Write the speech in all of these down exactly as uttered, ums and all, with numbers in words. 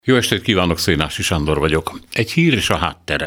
Jó estét kívánok, Szénási Sándor vagyok. Egy hír és a háttere.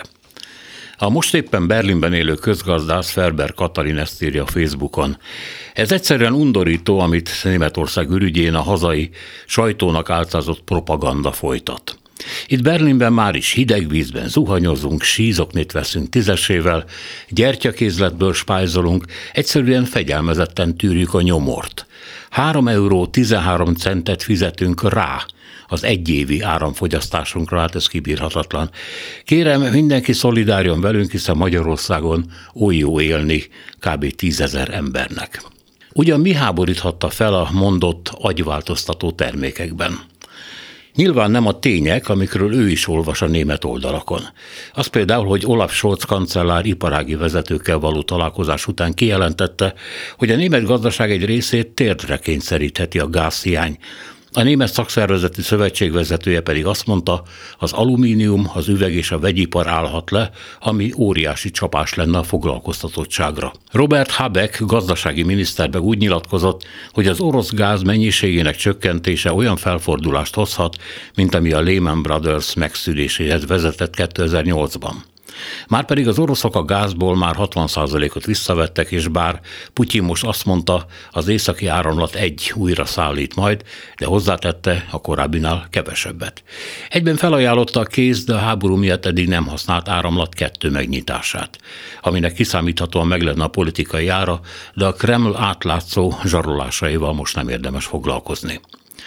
A most éppen Berlinben élő közgazdász Ferber Katalin ezt írja a Facebookon. Ez egyszerűen undorító, amit Németország ürügyén a hazai sajtónak álcázott propaganda folytat. Itt Berlinben már is hideg vízben zuhanyozunk, sízoknit veszünk tízesével, gyertyakézletből spájzolunk, egyszerűen fegyelmezetten tűrjük a nyomort. három euró tizenhárom centet fizetünk rá az egyévi áramfogyasztásunkra, hát ez kibírhatatlan. Kérem, mindenki szolidárjon velünk, hiszen Magyarországon oly jó élni kb. tízezer embernek. Ugyan mi háboríthatta fel a mondott agyváltoztató termékekben? Nyilván nem a tények, amikről ő is olvas a német oldalakon. Az például, hogy Olaf Scholz kancellár iparági vezetőkkel való találkozás után kijelentette, hogy a német gazdaság egy részét térdre kényszerítheti a gázhiány. A Német Szakszervezeti Szövetség vezetője pedig azt mondta, az alumínium, az üveg és a vegyipar állhat le, ami óriási csapás lenne a foglalkoztatottságra. Robert Habeck gazdasági miniszter meg úgy nyilatkozott, hogy az orosz gáz mennyiségének csökkentése olyan felfordulást hozhat, mint ami a Lehman Brothers megszűnéséhez vezetett kétezer-nyolcban. Márpedig az oroszok a gázból már hatvan százalékot visszavettek, és bár Putyin most azt mondta, az északi áramlat egy újra szállít majd, de hozzátette a korábbinál kevesebbet. Egyben felajánlotta a kész, de a háború miatt eddig nem használt áramlat kettő megnyitását, aminek kiszámíthatóan meg lenne a politikai ára, de a Kreml átlátszó zsarolásaival most nem érdemes foglalkozni.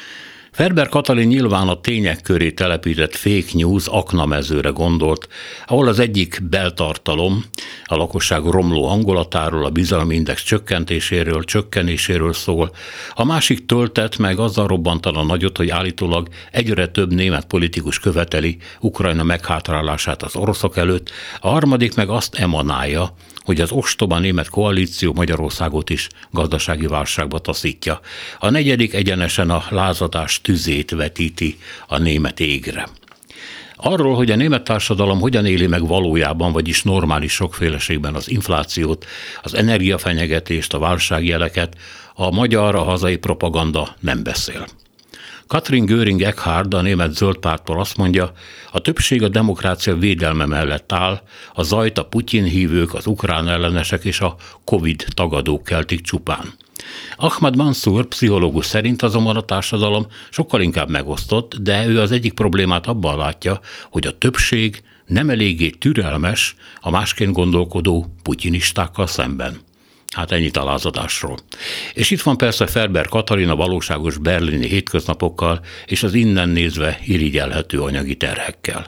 Ferber Katalin nyilván a tények köré telepített fake news aknamezőre gondolt, ahol az egyik beltartalom a lakosság romló hangulatáról, a bizalmi index csökkentéséről, csökkenéséről szól, a másik töltet meg azzal robbantana nagyot, hogy állítólag egyre több német politikus követeli Ukrajna meghátrálását az oroszok előtt, a harmadik meg azt emanálja, hogy az ostoba német koalíció Magyarországot is gazdasági válságba taszítja. A negyedik egyenesen a lázadás tüzét vetíti a német égre. Arról, hogy a német társadalom hogyan éli meg valójában, vagyis normális sokféleségben az inflációt, az energiafenyegetést, a válságjeleket, a magyar, a hazai propaganda nem beszél. Katrin Göring-Eckardt, a német zöld párttól azt mondja, a többség a demokrácia védelme mellett áll, a zajt a Putyin hívők, az ukrán ellenesek és a Covid tagadók keltik csupán. Ahmad Mansour pszichológus szerint azonban a társadalom sokkal inkább megosztott, de ő az egyik problémát abban látja, hogy a többség nem eléggé türelmes a másként gondolkodó putyinistákkal szemben. Hát ennyit a lázadásról. És itt van persze Ferber Katalin a valóságos berlini hétköznapokkal és az innen nézve irigyelhető anyagi terhekkel.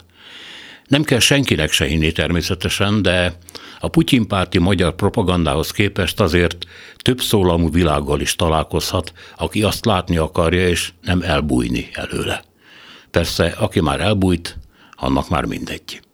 Nem kell senkinek se hinni természetesen, de a putyinpárti magyar propagandához képest azért több szólamú világgal is találkozhat, aki azt látni akarja és nem elbújni előle. Persze, aki már elbújt, annak már mindegy.